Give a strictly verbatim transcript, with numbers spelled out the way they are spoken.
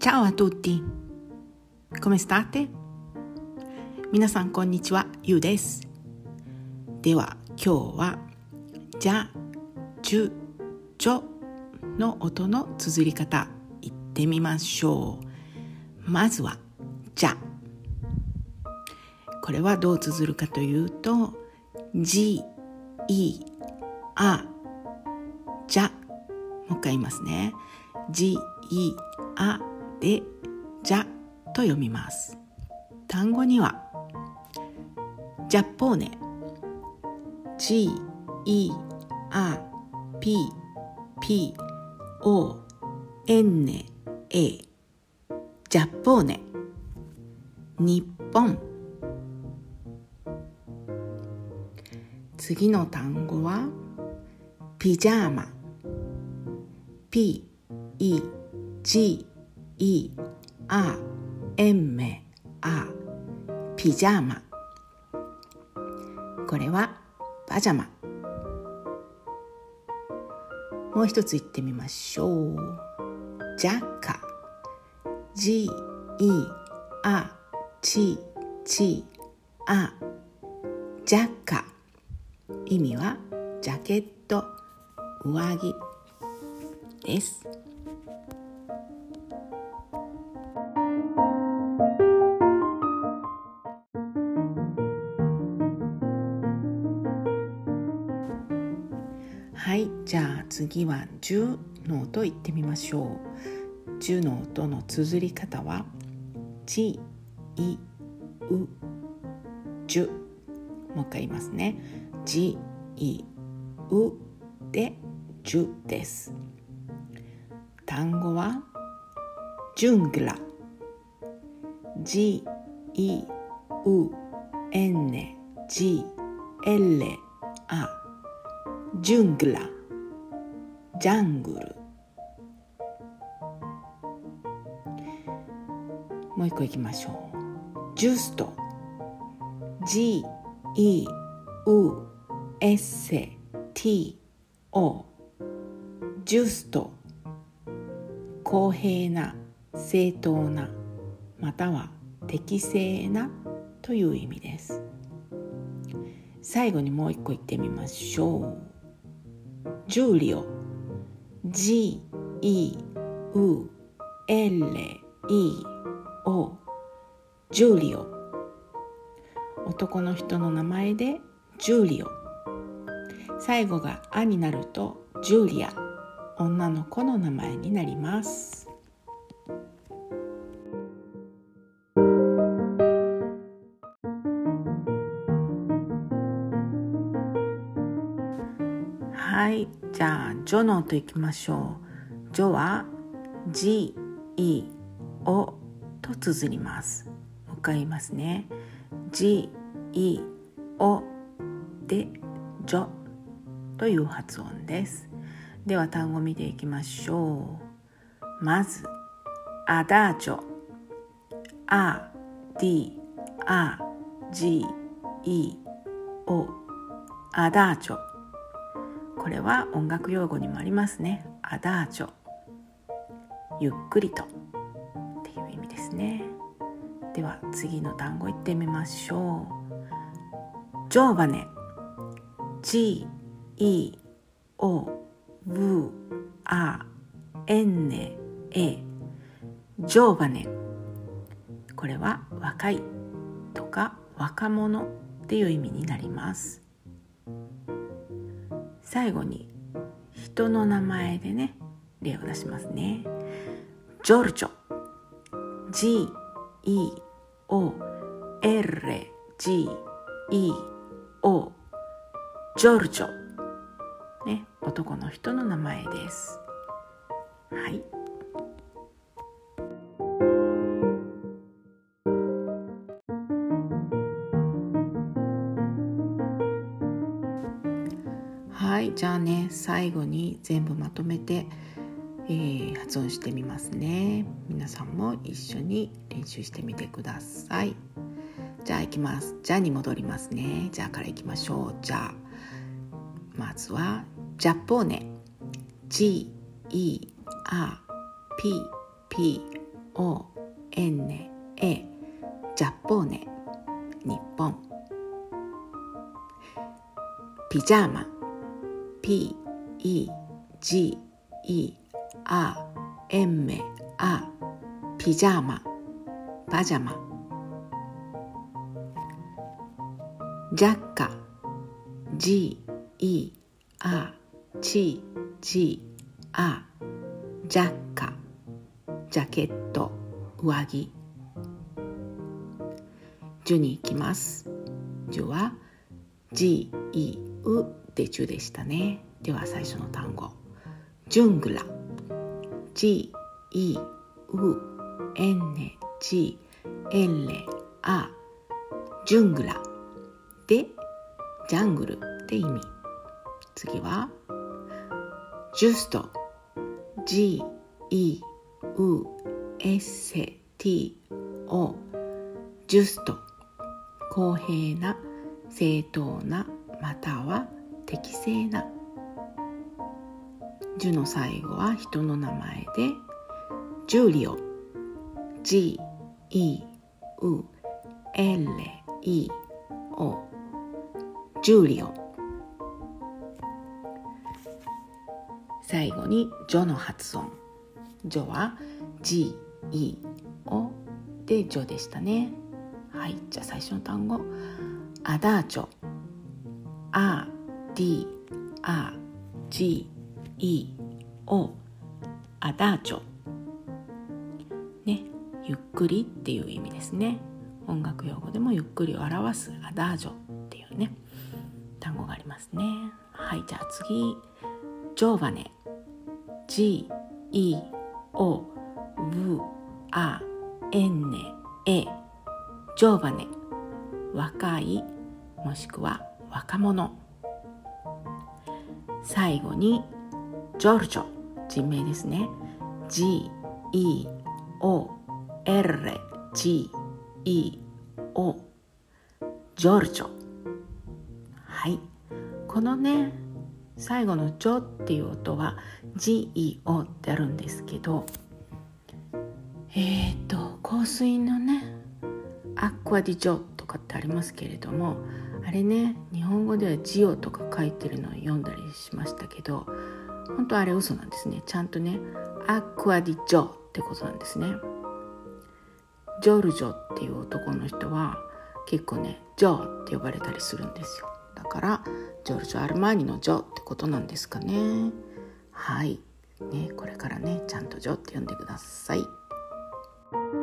Ciao a tutti! Come state? 皆さんこんにちは、ゆうです。では今日はじゃ、じゅ、じょの音の綴り方いってみましょう。まずはじゃ。これはどう綴るかというと、じ、い、あ、じゃ。もう一回言いますね。じ、い、あでじゃと読みます。単語にはジャポーネ、G、E、A、P、P、O、N、A、ジャポーネ、日本。次の単語はピジャーマ、P、E、G、E、A、M、A、ピジャーマ。これはパジャマ。もう一つ言ってみましょう。ジャカ、G、E、A、C、C、A、ジャカ。意味はジャケット、上着です。はい、じゃあ次はじゅの音言ってみましょう。じゅの音の綴り方はじ、い、う、じゅ。もう一回言いますね。じ、い、うでじゅです。単語はジュングラ、G、E、U、N、G、L、A、ジュングラ、ジャングル。もう一個いきましょう。ジュスト、G、E、U、S、T、O、ジュスト。公平な、正当な、または適正なという意味です。最後にもう一個言ってみましょう。ジュリオ、G、E、U、L、E、O、ジュリオ。男の人の名前でジュリオ。最後があになるとジュリア。女の子の名前になります。はい、じゃあジョの音いきましょう。ジョは G、E、O と綴ります。もう一回言いますね。G、E、O でジョという発音です。では単語見ていきましょう。まずアダージョ、A、D、A、G、E、O、アダージョ。これは音楽用語にもありますね。アダージョ、ゆっくりとっていう意味ですね。では次の単語いってみましょう。ジョーバネ、 G、E、O、V、A、N、A、ジョーバネ。これは若いとか若者っていう意味になります。最後に人の名前でね、例を出しますね。ジョルジョ、 G、E、O、L、G、E、O、ジョルジョ、ね、男の人の名前です。はい。はい、じゃあね、最後に全部まとめて、えー、発音してみますね。皆さんも一緒に練習してみてください。じゃあいきます。じゃに戻りますね。じゃあからいきましょう。じゃあまずはジャポーネ、 G、E、A、P、P、 オエヌエー ジャポネ日本。ピジャマ ピイジイアエムエー ピジャマパジャマ。ジャッカ ジイアチジアジャッカジャケット上着。ジュに行きます。ジュはジイウでジュでしたね。では最初の単語、ジュングラ ジイウエヌジエルエー ジュングラでジャングルって意味。次はジュスト ジイウエスティオ ジュスト公平な、正当な、または適正な。ジュの最後は人の名前でジュリオ ジイウエルイオ ジュリオ。最後にジョの発音。ジョは ジイオ でジョでしたね。はい、じゃあ最初の単語、アダーチョ アディアジイオ アダーチョね、ゆっくりっていう意味ですね。音楽用語でもゆっくりを表すアダージョっていうね単語がありますね。はい、じゃあ次、ジョーバネ ジイオブアエヌエジョーバネ、若いもしくは若者。最後にジョルジョ、人名ですね。 ジイオエルジイオ ジョルジョ。はい、このね最後のジョっていう音は ジイオ ってあるんですけど、えっと香水のねアクアディジョとかってありますけれども、あれね日本語ではジオとか書いてるのを読んだりしましたけど、本当あれ嘘なんですね。ちゃんとねアクアディジョってことなんですね。ジョルジョっていう男の人は結構ねジョって呼ばれたりするんですよ。だからジョルジョ・アルマーニのジョってことなんですかね。はいね、これからねちゃんとジョって呼んでください。